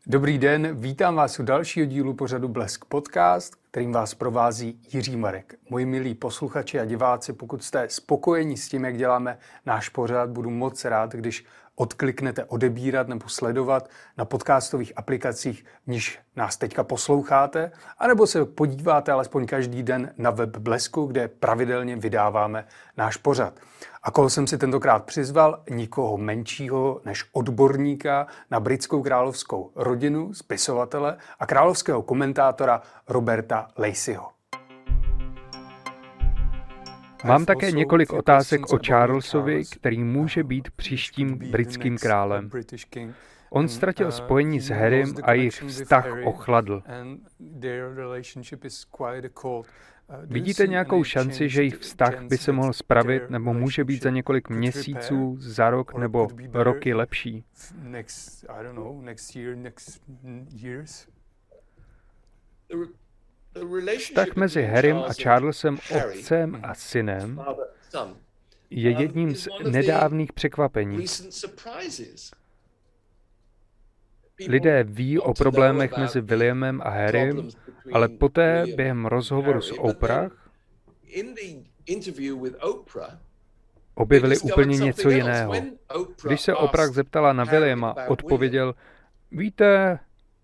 Dobrý den, vítám vás u dalšího dílu pořadu Blesk Podcast, kterým vás provází Jiří Marek. Moji milí posluchači a diváci, pokud jste spokojeni s tím, jak děláme náš pořad, budu moc rád, když odkliknete odebírat nebo sledovat na podcastových aplikacích, v níž nás teďka posloucháte, anebo se podíváte alespoň každý den na web Blesku, kde pravidelně vydáváme náš pořad. A koho jsem si tentokrát přizval? Nikoho menšího než odborníka na britskou královskou rodinu, spisovatele a královského komentátora Roberta Laceyho. Mám také několik otázek o Charlesovi, který může být příštím britským králem. On ztratil spojení s Harrym a jejich vztah ochladl. Vidíte nějakou šanci, že jejich vztah by se mohl spravit nebo může být za několik měsíců, za rok nebo roky lepší? Vztah mezi Harrym a Charlesem, otcem a synem, je jedním z nedávných překvapení. Lidé ví o problémech mezi Williamem a Harrym, ale poté během rozhovoru s Oprah objevili úplně něco jiného. Když se Oprah zeptala na Williama, odpověděl, víte,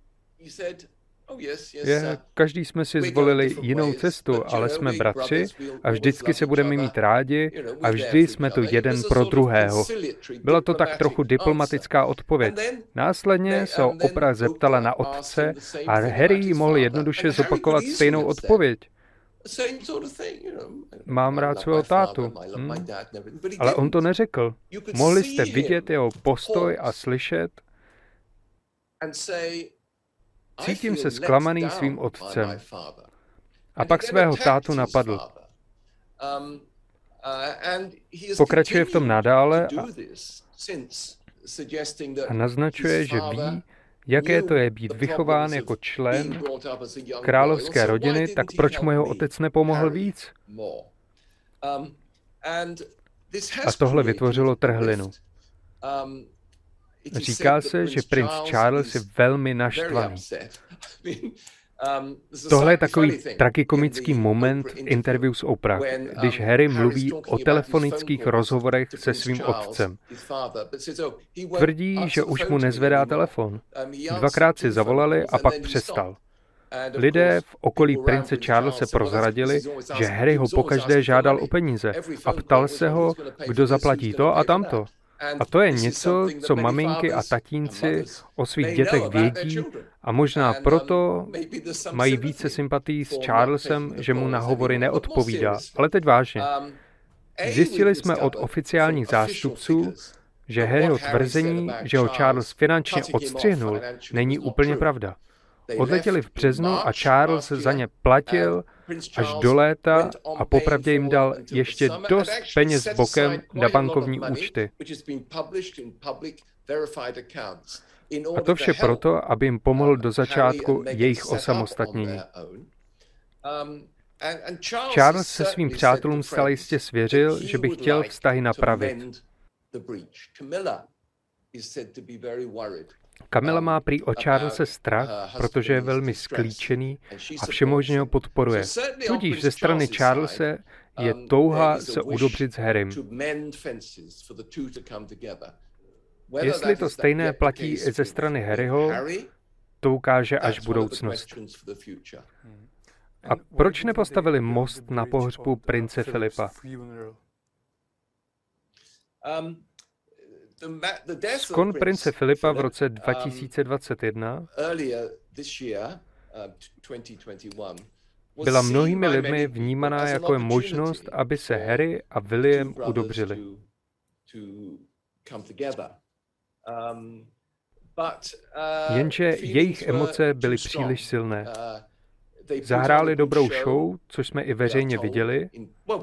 každý jsme si zvolili jinou cestu, ale jsme bratři a vždycky se budeme mít rádi a vždy jsme tu jeden pro druhého. Byla to tak trochu diplomatická odpověď. Následně se Oprah zeptala na otce a Harry mohl jednoduše zopakovat stejnou odpověď. Mám rád svého tátu. Ale on to neřekl. Mohli jste vidět jeho postoj a slyšet. Cítím se zklamaný svým otcem. A pak svého tátu napadl. Pokračuje v tom nadále a naznačuje, že ví, jaké to je být vychován jako člen královské rodiny, tak proč mu jeho otec nepomohl víc? A tohle vytvořilo trhlinu. Říká se, že princ Charles je velmi naštvaný. Tohle je takový tragikomický moment v interview s Oprah, když Harry mluví o telefonických rozhovorech se svým otcem. Tvrdí, že už mu nezvedá telefon. Dvakrát si zavolali a pak přestal. Lidé v okolí prince Charlese prozradili, že Harry ho pokaždé žádal o peníze a ptal se ho, kdo zaplatí to a tamto. A to je něco, co maminky a tatínci o svých dětech vědí a možná proto mají více sympatií s Charlesem, že mu na hovory neodpovídá. Ale teď vážně. Zjistili jsme od oficiálních zástupců, že Harryho tvrzení, že ho Charles finančně odstřihnul, není úplně pravda. Odletěli v březnu a Charles za ně platil až do léta a popravdě jim dal ještě dost peněz bokem na bankovní účty. A to vše proto, aby jim pomohl do začátku jejich osamostatnění. Charles se svým přátelům zcela jistě svěřil, že by chtěl vztahy napravit. Camilla má prý o Charlese strach, protože je velmi sklíčený a všemožně ho podporuje. Tudíž ze strany Charlese je touha se udobřit s Harrym. Jestli to stejné platí i ze strany Harryho, to ukáže až budoucnost. A proč nepostavili most na pohřbu prince Filipa? Skon prince Filipa v roce 2021 byla mnohými lidmi vnímaná jako možnost, aby se Harry a William udobřili. Jenže jejich emoce byly příliš silné. Zahráli dobrou show, což jsme i veřejně viděli.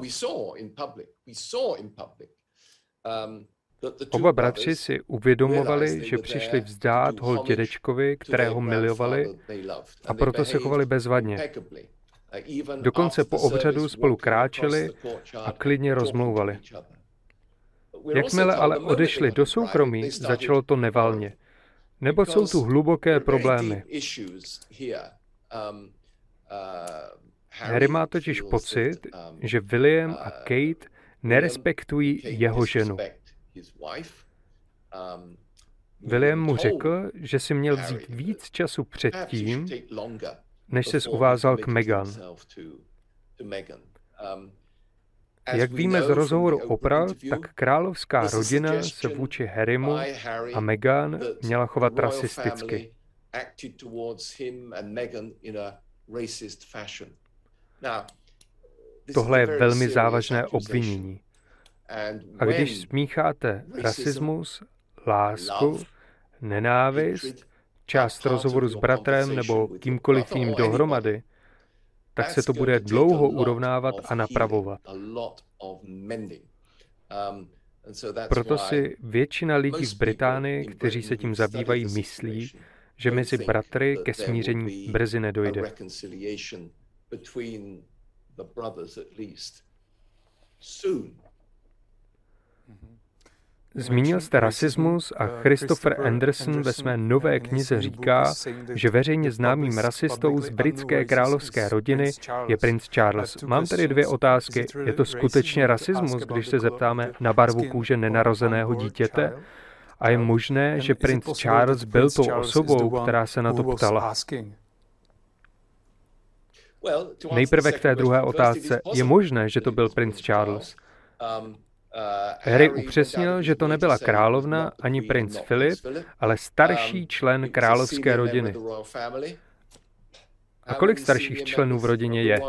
Oba bratři si uvědomovali, že přišli vzdát hold dědečkovi, kterého milovali, a proto se chovali bezvadně. Dokonce po obřadu spolu kráčeli a klidně rozmlouvali. Jakmile ale odešli do soukromí, začalo to nevalně. Nebo jsou tu hluboké problémy. Harry má totiž pocit, že William a Kate nerespektují jeho ženu. William mu řekl, že si měl vzít víc času předtím, než se uvázal k Meghan. Jak víme z rozhovoru Oprah, tak královská rodina se vůči Harrymu a Meghan měla chovat rasisticky. Tohle je velmi závažné obvinění. A když smícháte rasismus, lásku, nenávist, část rozhovoru s bratrem nebo kýmkoliv jiným dohromady, tak se to bude dlouho urovnávat a napravovat. Proto si většina lidí v Británii, kteří se tím zabývají, myslí, že mezi bratry ke smíření brzy nedojde. Zmínil jste rasismus a Christopher Anderson ve své nové knize říká, že veřejně známým rasistou z britské královské rodiny je princ Charles. Mám tedy dvě otázky. Je to skutečně rasismus, když se zeptáme na barvu kůže nenarozeného dítěte? A je možné, že princ Charles byl tou osobou, která se na to ptala? Nejprve k té druhé otázce. Je možné, že to byl princ Charles? Harry upřesnil, že to nebyla královna ani princ Filip, ale starší člen královské rodiny. A kolik starších členů v rodině je?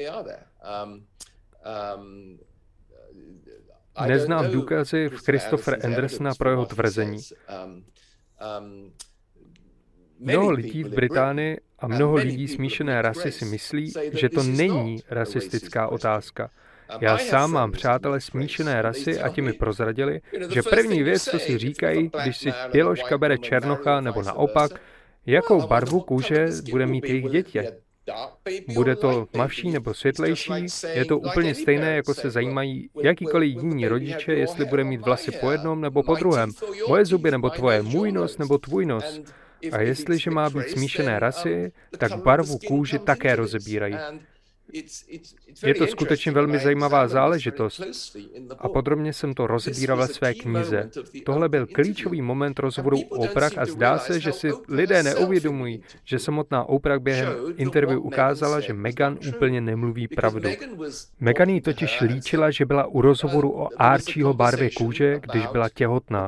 Neznám důkazy v Christopher Andersona pro jeho tvrzení. Mnoho lidí v Británii a mnoho lidí smíšené rasy si myslí, že to není rasistická otázka. Já sám mám přátele smíšené rasy a ti mi prozradili, že první věc, co si říkají, když si běložka bere černocha nebo naopak, jakou barvu kůže bude mít jejich dítě. Bude to tmavší nebo světlejší, je to úplně stejné, jako se zajímají jakýkoliv jiní rodiče, jestli bude mít vlasy po jednom nebo po druhém, moje zuby nebo tvoje, můj nos nebo tvůj nos. A jestliže má být smíšené rasy, tak barvu kůži také rozebírají. Je to skutečně velmi zajímavá záležitost a podrobně jsem to rozebíral ve své knize. Tohle byl klíčový moment rozhovoru Oprah a zdá se, že si lidé neuvědomují, že samotná Oprah během interview ukázala, že Meghan úplně nemluví pravdu. Meghan jí totiž líčila, že byla u rozhovoru o Archieho barvě kůže, když byla těhotná.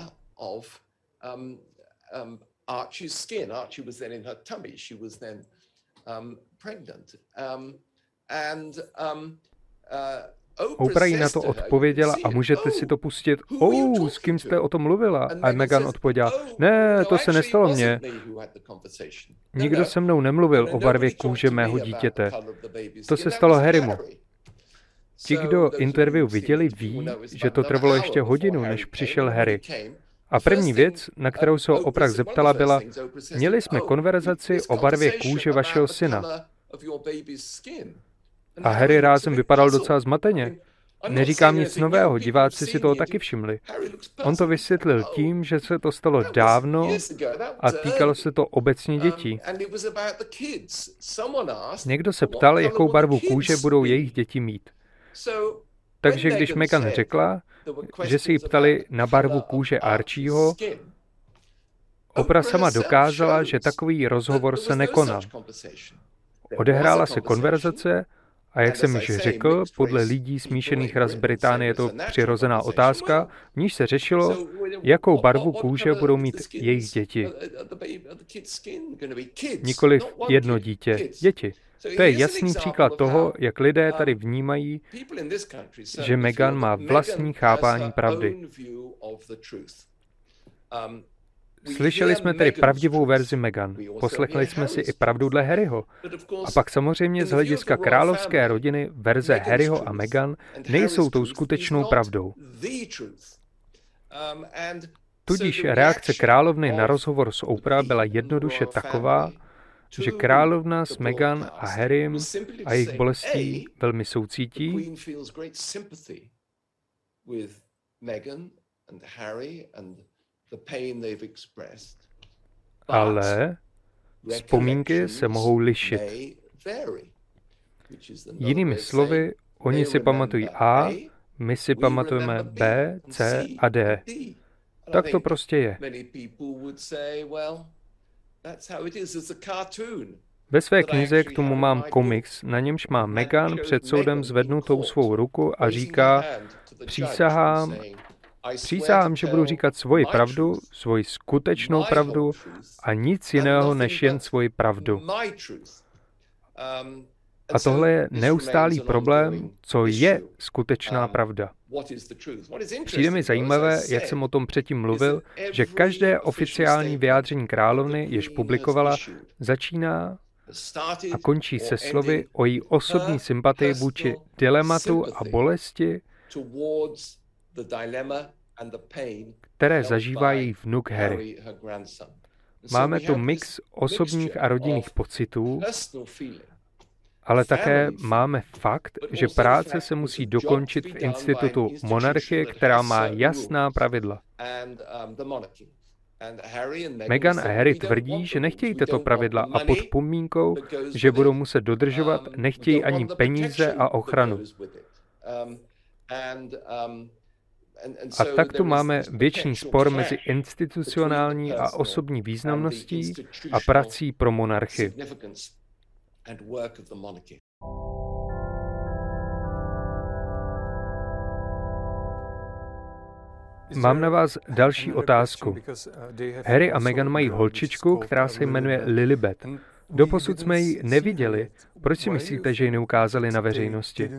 Oprah jí na to odpověděla a můžete si to pustit. S kým jste o tom mluvila? A Meghan odpověděla, ne, to se nestalo mně. Nikdo se mnou nemluvil o barvě kůže mého dítěte. To se stalo Harrymu. Ti, kdo interview viděli, ví, že to trvalo ještě hodinu, než přišel Harry. A první věc, na kterou se Oprah zeptala, byla, měli jsme konverzaci o barvě kůže vašeho syna. A Harry rázem vypadal docela zmateně. Neříkám nic nového, diváci si toho taky všimli. On to vysvětlil tím, že se to stalo dávno a týkalo se to obecně dětí. Někdo se ptal, jakou barvu kůže budou jejich děti mít. Takže když Meghan řekla, že si ji ptali na barvu kůže Archieho, Oprah sama dokázala, že takový rozhovor se nekonal. Odehrála se konverzace a jak jsem již řekl, podle lidí smíšených ras Británie je to přirozená otázka, v níž se řešilo, jakou barvu kůže budou mít jejich děti. Nikoliv jedno dítě, děti. To je jasný příklad toho, jak lidé tady vnímají, že Meghan má vlastní chápání pravdy. Slyšeli jsme tedy pravdivou verzi Meghan, poslechli jsme si i pravdu dle Harryho. A pak samozřejmě z hlediska královské rodiny verze Harryho a Meghan nejsou tou skutečnou pravdou. Tudíž reakce královny na rozhovor s Oprah byla jednoduše taková, že královna s Meghan a Harrym a jejich bolestí velmi soucítí Ale vzpomínky se mohou lišit. Jinými slovy, oni si pamatují A, my si pamatujeme B, C a D. Tak to prostě je. Ve své knize k tomu mám komiks, na němž má Meghan před soudem zvednutou svou ruku a říká: přísahám, že budu říkat svoji pravdu, svoji skutečnou pravdu a nic jiného než jen svoji pravdu. A tohle je neustálý problém, co je skutečná pravda. Přijde mi zajímavé, jak jsem o tom předtím mluvil, že každé oficiální vyjádření královny, jež publikovala, začíná a končí se slovy o její osobní sympatii vůči dilematu a bolesti, které zažívá její vnuk Harry. Máme tu mix osobních a rodinných pocitů, ale také máme fakt, že práce se musí dokončit v institutu monarchie, která má jasná pravidla. Meghan a Harry tvrdí, že nechtějí tato pravidla a pod podmínkou, že budou muset dodržovat, nechtějí ani peníze a ochranu. A tak tu máme věčný spor mezi institucionální a osobní významností a prací pro monarchii. Mám na vás další otázku. Harry a Meghan mají holčičku, která se jmenuje Lilibet. Doposud jsme ji neviděli. Proč si myslíte, že ji neukázali na veřejnosti?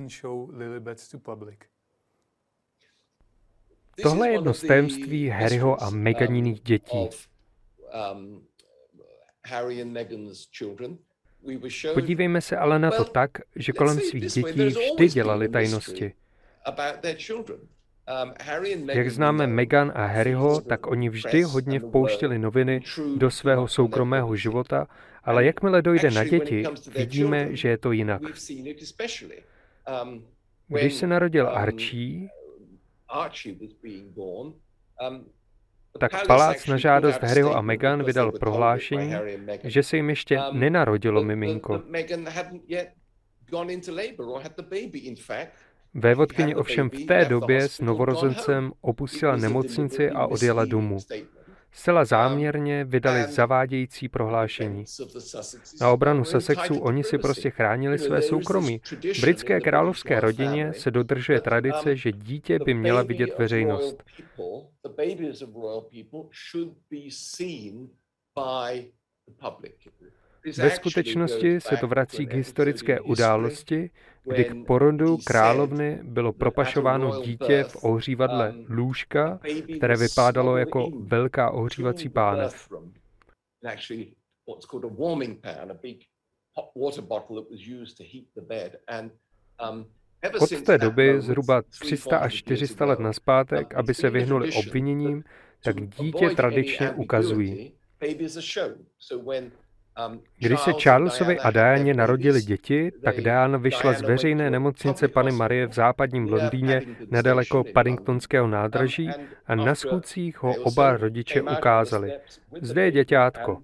Tohle je jedno z tajemství Harryho a Meghaniných dětí. Podívejme se ale na to tak, že kolem svých dětí vždy dělali tajnosti. Jak známe Meghan a Harryho, tak oni vždy hodně vpouštěli noviny do svého soukromého života, ale jakmile dojde na děti, vidíme, že je to jinak. Když se narodil Archie, tak palác na žádost Harryho a Meghan vydal prohlášení, že se jim ještě nenarodilo miminko. Vévodkyně ovšem v té době s novorozencem opustila nemocnici a odjela domů. Zcela záměrně vydali zavádějící prohlášení. Na obranu Sussexů oni si prostě chránili své soukromí. V britské královské rodině se dodržuje tradice, že dítě by měla vidět veřejnost. Ve skutečnosti se to vrací k historické události, kdy k porodu královny bylo propašováno dítě v ohřívadle lůžka, které vypadalo jako velká ohřívací pánev. Od té doby, zhruba 300 až 400 let nazpátek, aby se vyhnuli obviněním, tak dítě tradičně ukazují. Když se Charlesovi a Dianě narodili děti, tak Diana vyšla z veřejné nemocnice Panny Marie v západním Londýně nedaleko Paddingtonského nádraží a na schůdcích ho oba rodiče ukázali. Zde je děťátko.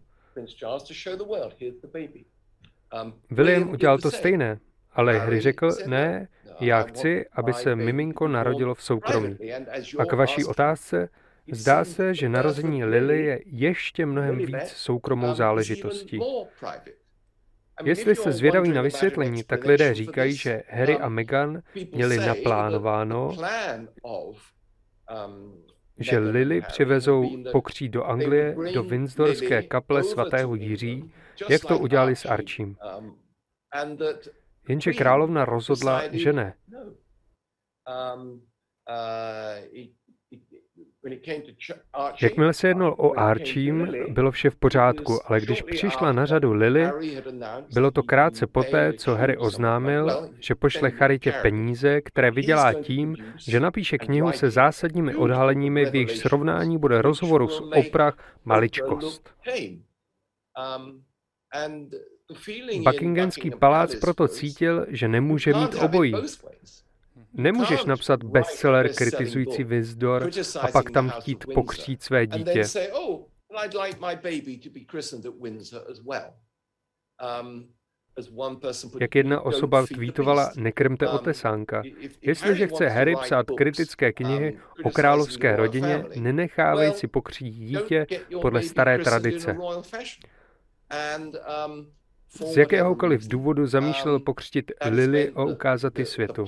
William udělal to stejné, ale Harry řekl, ne, já chci, aby se miminko narodilo v soukromí. A k vaší otázce, zdá se, že narození Lily je ještě mnohem víc soukromou záležitostí. Jestli jste zvědaví na vysvětlení, tak lidé říkají, že Harry a Meghan měli naplánováno, že Lily přivezou pokřít do Anglie, do Windsorské kaple svatého Jiří, jak to udělali s Archiem. Jenže královna rozhodla, že ne. Jakmile se jednalo o Archiem, bylo vše v pořádku, ale když přišla na řadu Lily, bylo to krátce poté, co Harry oznámil, že pošle charitě peníze, které vydělá tím, že napíše knihu se zásadními odhaleními, v jejich srovnání bude rozhovoru s Oprah maličkost. Buckinghamský palác proto cítil, že nemůže mít obojí. Nemůžeš napsat bestseller kritizující Windsor a pak tam chtít pokřtít své dítě. Jak jedna osoba tweetovala, nekrmte otesánka. Jestliže chce Harry psát kritické knihy o královské rodině, nenechávej si pokřít dítě podle staré tradice. Z jakéhokoliv důvodu zamýšlel pokřtít Lily a ukázat ji světu.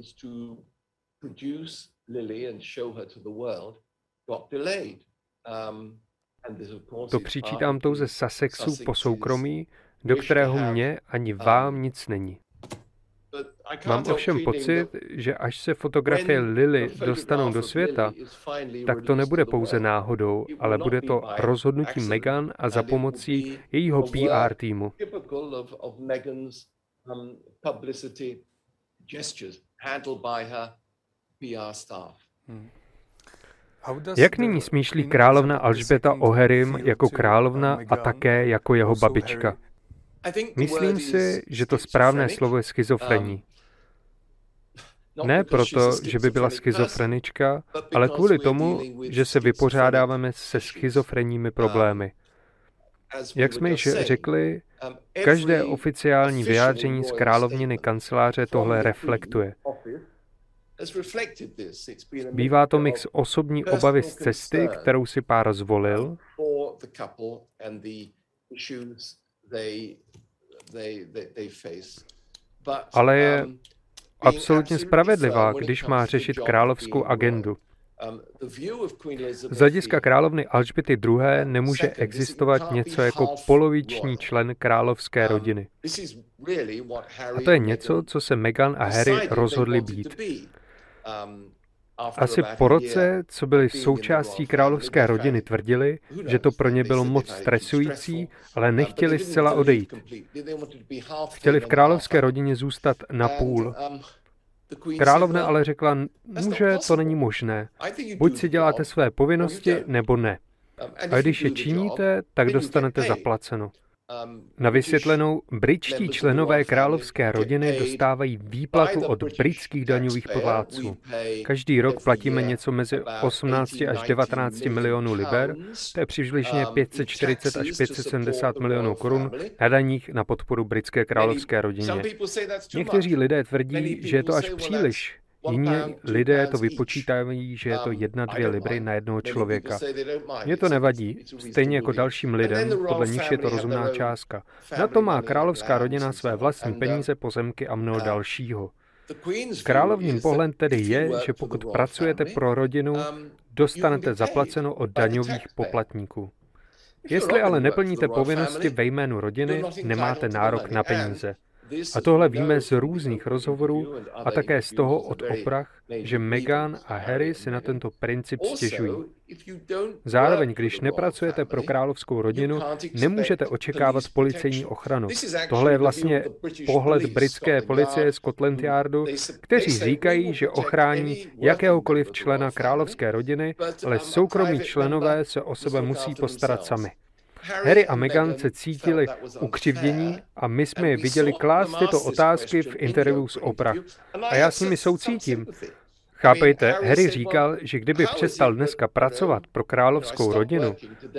To přičítám touze Sussexu po soukromí, do kterého mě ani vám nic není. Mám ovšem pocit, že až se fotografie Lily dostanou do světa, tak to nebude pouze náhodou, ale bude to rozhodnutí Meghan a za pomocí jejího PR týmu. Jak nyní smýšlí královna Alžběta o Harrym jako královna a také jako jeho babička? Myslím si, že to správné slovo je schizofrení. Ne proto, že by byla schizofrenička, ale kvůli tomu, že se vypořádáváme se schizofrenními problémy. Jak jsme již řekli, každé oficiální vyjádření z královniny kanceláře tohle reflektuje. Bývá to mix osobní obavy z cesty, kterou si pár zvolil, ale je absolutně spravedlivá, když má řešit královskou agendu. Z hlediska královny Alžběty II. Nemůže existovat něco jako poloviční člen královské rodiny. A to je něco, co se Meghan a Harry rozhodli být. Asi po roce, co byli součástí královské rodiny, tvrdili, že to pro ně bylo moc stresující, ale nechtěli zcela odejít. Chtěli v královské rodině zůstat napůl. Královna ale řekla, že to není možné. Buď si děláte své povinnosti, nebo ne. A když je činíte, tak dostanete zaplaceno. Na vysvětlenou, britští členové královské rodiny dostávají výplatu od britských daňových plátců. Každý rok platíme něco mezi 18 až 19 milionů liber, to je přibližně 540 až 570 milionů korun na daních na podporu britské královské rodině. Někteří lidé tvrdí, že je to až příliš. Jiní lidé to vypočítají, že je to 1-2 libry na jednoho člověka. Mně to nevadí, stejně jako dalším lidem, podle nich je to rozumná částka. Na to má královská rodina své vlastní peníze, pozemky a mnoho dalšího. Královním pohled tedy je, že pokud pracujete pro rodinu, dostanete zaplaceno od daňových poplatníků. Jestli ale neplníte povinnosti ve jménu rodiny, nemáte nárok na peníze. A tohle víme z různých rozhovorů a také z toho od Oprah, že Meghan a Harry si na tento princip stěžují. Zároveň, když nepracujete pro královskou rodinu, nemůžete očekávat policejní ochranu. Tohle je vlastně pohled britské policie Scotland Yardu, kteří říkají, že ochrání jakéhokoliv člena královské rodiny, ale soukromí členové se o sebe musí postarat sami. Harry a Meghan se cítili ukřivdění a my jsme je viděli klást tyto otázky v interview s Oprah. A já s nimi soucítím. Chápejte, Harry říkal, že kdyby přestal dneska pracovat pro královskou rodinu,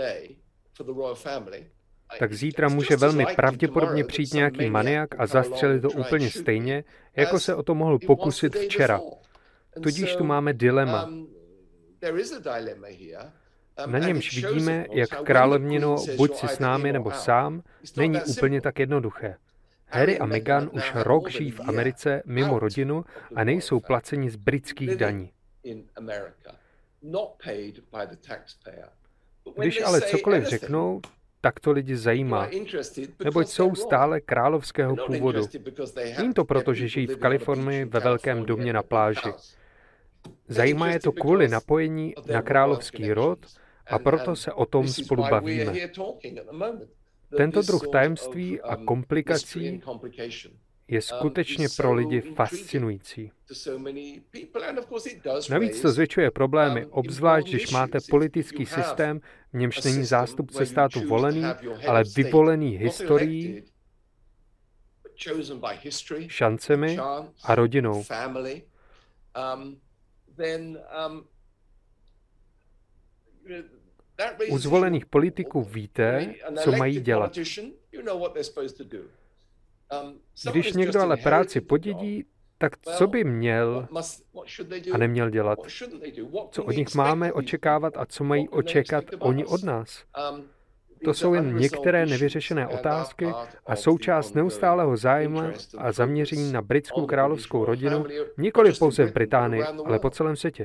tak zítra může velmi pravděpodobně přijít nějaký maniak a zastřelit to úplně stejně, jako se o to mohl pokusit včera. Tudíž tu máme dilema. Na němž vidíme, jak královnino, buď si s námi nebo sám, není úplně tak jednoduché. Harry a Meghan už rok žijí v Americe mimo rodinu a nejsou placeni z britských daní. Když ale cokoliv řeknou, tak to lidi zajímá, neboť jsou stále královského původu. Není to proto, že žijí v Kalifornii ve velkém domě na pláži. Zajímá je to kvůli napojení na královský rod a proto se o tom spolu bavíme. Tento druh tajemství a komplikací je skutečně pro lidi fascinující. Navíc to zvětšuje problémy, obzvlášť když máte politický systém, v němž není zástupce státu volený, ale vyvolený historií, šancemi a rodinou. U zvolených politiků víte, co mají dělat. Když někdo ale práci podědí, tak co by měl a neměl dělat? Co od nich máme očekávat a co mají očekat oni od nás? To jsou jen některé nevyřešené otázky a součást neustálého zájmu a zaměření na britskou královskou rodinu, nikoli pouze v Británii, ale po celém světě.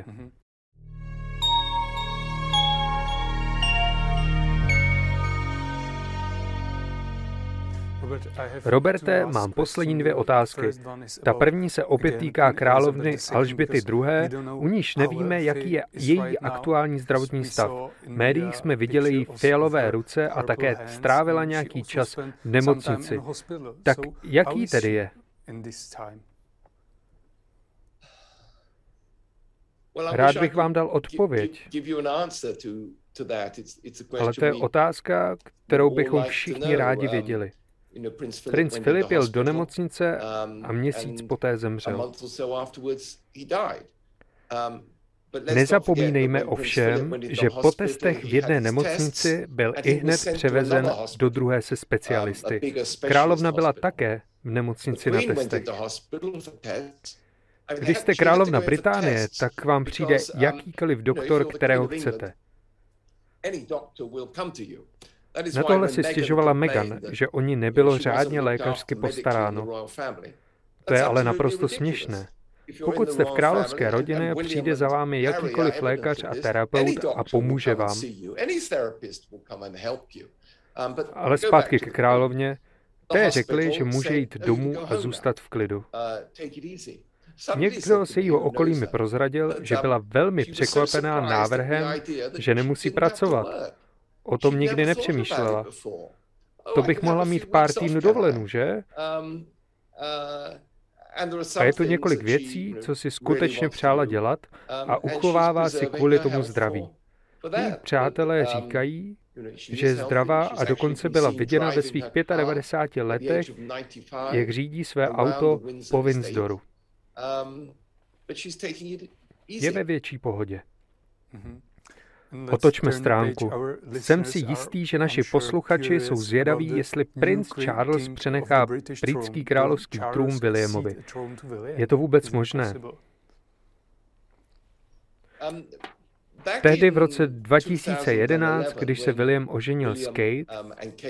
Roberte, mám poslední 2 otázky. Ta první se opět týká královny Alžběty II., u níž nevíme, jaký je její aktuální zdravotní stav. V médiích jsme viděli její fialové ruce a také strávila nějaký čas v nemocnici. Tak jaký tedy je? Rád bych vám dal odpověď. Ale to je otázka, kterou bychom všichni rádi věděli. Princ Filip jel do nemocnice a měsíc poté zemřel. Nezapomínejme ovšem, že po testech v jedné nemocnici byl ihned převezen do druhé se specialisty. Královna byla také v nemocnici na testech. Když jste královna Británie, tak k vám přijde jakýkoliv doktor, kterého chcete. Na tohle si stěžovala Meghan, že o ní nebylo řádně lékařsky postaráno. To je ale naprosto směšné. Pokud jste v královské rodině, přijde za vámi jakýkoliv lékař a terapeut a pomůže vám. Ale zpátky ke královně, té řekli, že může jít domů a zůstat v klidu. Někdo z jejího okolí mi prozradil, že byla velmi překvapená návrhem, že nemusí pracovat. O tom nikdy nepřemýšlela. To bych mohla mít pár týdnů dovolenou, že? A je tu několik věcí, co si skutečně přála dělat a uchovává si kvůli tomu zdraví. Její přátelé říkají, že je zdravá a dokonce byla viděna ve svých 95 letech, jak řídí své auto po Windsoru. Je ve větší pohodě. Otočme stránku. Jsem si jistý, že naši posluchači jsou zvědaví, jestli princ Charles přenechá britský královský trůn Williamovi. Je to vůbec možné? Tehdy v roce 2011, když se William oženil s Kate,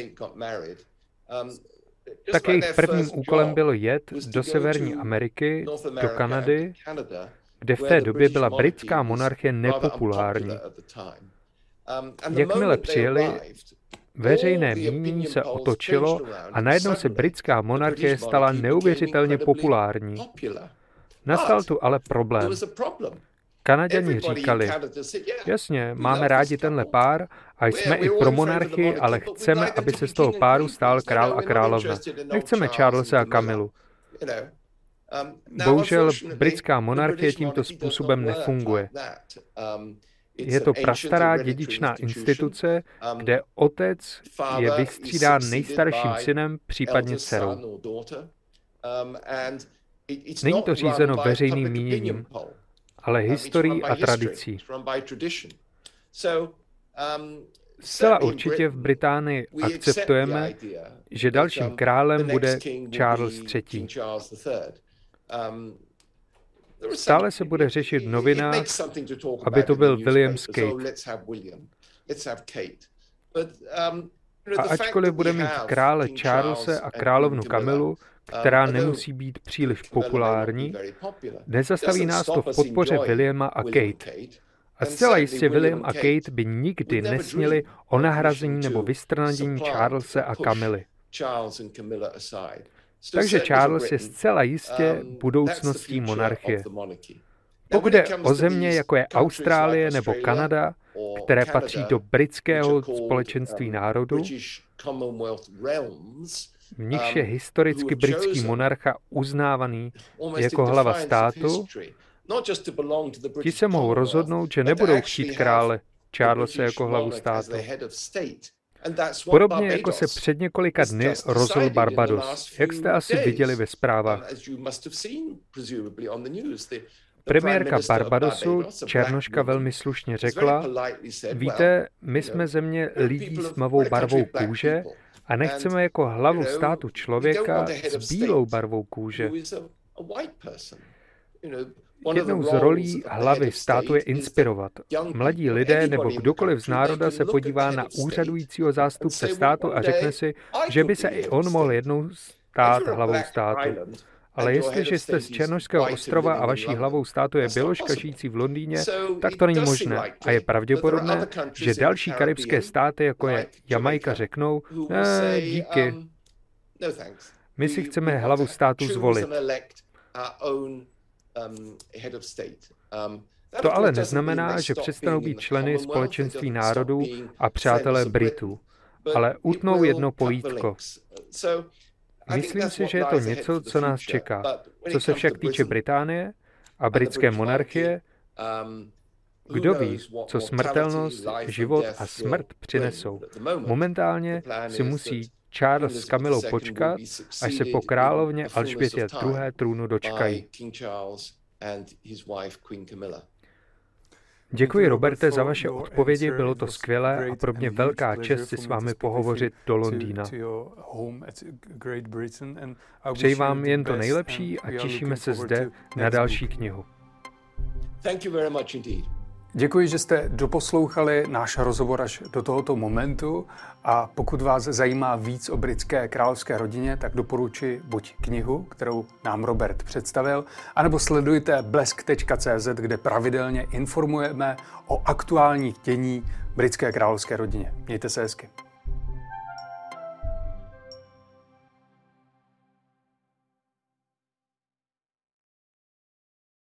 tak jejich prvním úkolem bylo jet do Severní Ameriky, do Kanady, kde v té době byla britská monarchie nepopulární. Jakmile přijeli, veřejné mínění se otočilo a najednou se britská monarchie stala neuvěřitelně populární. Nastal tu ale problém. Kanaďani říkali, jasně, máme rádi tenhle pár a jsme i pro monarchii, ale chceme, aby se z toho páru stál král a královna. Nechceme Charlese a Kamilu. Bohužel britská monarchie tímto způsobem nefunguje. Je to prastará dědičná instituce, kde otec je vystřídán nejstarším synem, případně dcerou. Není to řízeno veřejným míněním, ale historií a tradicí. Zcela určitě v Británii akceptujeme, že dalším králem bude Charles III. Stále se bude řešit v novinách, aby to byl William s Kate. A ačkoliv bude mít krále Charlese a královnu Kamilu, která nemusí být příliš populární, nezastaví nás to v podpoře Williama a Kate. A zcela jistě William a Kate by nikdy nesměli o nahrazení nebo vystranění Charlese a Kamily. Takže Charles je zcela jistě budoucností monarchie. Pokud jde o země, jako je Austrálie nebo Kanada, které patří do britského společenství národů, v nichž je historicky britský monarcha uznávaný jako hlava státu, ti se mohou rozhodnout, že nebudou chtít krále Charlese jako hlavu státu. Podobně jako se před několika dny rozhodl Barbados, jak jste asi viděli ve zprávách. Premiérka Barbadosu, Černoška, velmi slušně řekla, víte, my jsme země lidí s tmavou barvou kůže a nechceme jako hlavu státu člověka s bílou barvou kůže. Jednou z rolí hlavy státu je inspirovat. Mladí lidé nebo kdokoliv z národa se podívá na úřadujícího zástupce státu a řekne si, že by se i on mohl jednou stát hlavou státu. Ale jestliže jste z Černošského ostrova a vaší hlavou státu je běložka žijící v Londýně, tak to není možné. A je pravděpodobné, že další karibské státy, jako je Jamajka, řeknou, díky. My si chceme hlavu státu zvolit. To ale neznamená, že přestanou být členy Společenství národů a přátelé Britů, ale utnou jedno pojítko. Myslím si, že je to něco, co nás čeká. Co se však týče Británie a britské monarchie, kdo ví, co smrtelnost, život a smrt přinesou. Momentálně si musí Charles s Camillou počkat, až se po královně Alžbětě II. Trůnu dočkají. Děkuji, Roberte, za vaše odpovědi, bylo to skvělé a pro mě velká čest si s vámi pohovořit do Londýna. Přeji vám jen to nejlepší a těšíme se zde na další knihu. Děkuji, že jste doposlouchali náš rozhovor až do tohoto momentu a pokud vás zajímá víc o britské královské rodině, tak doporučuji buď knihu, kterou nám Robert představil, anebo sledujte blesk.cz, kde pravidelně informujeme o aktuálních dění britské královské rodině. Mějte se hezky.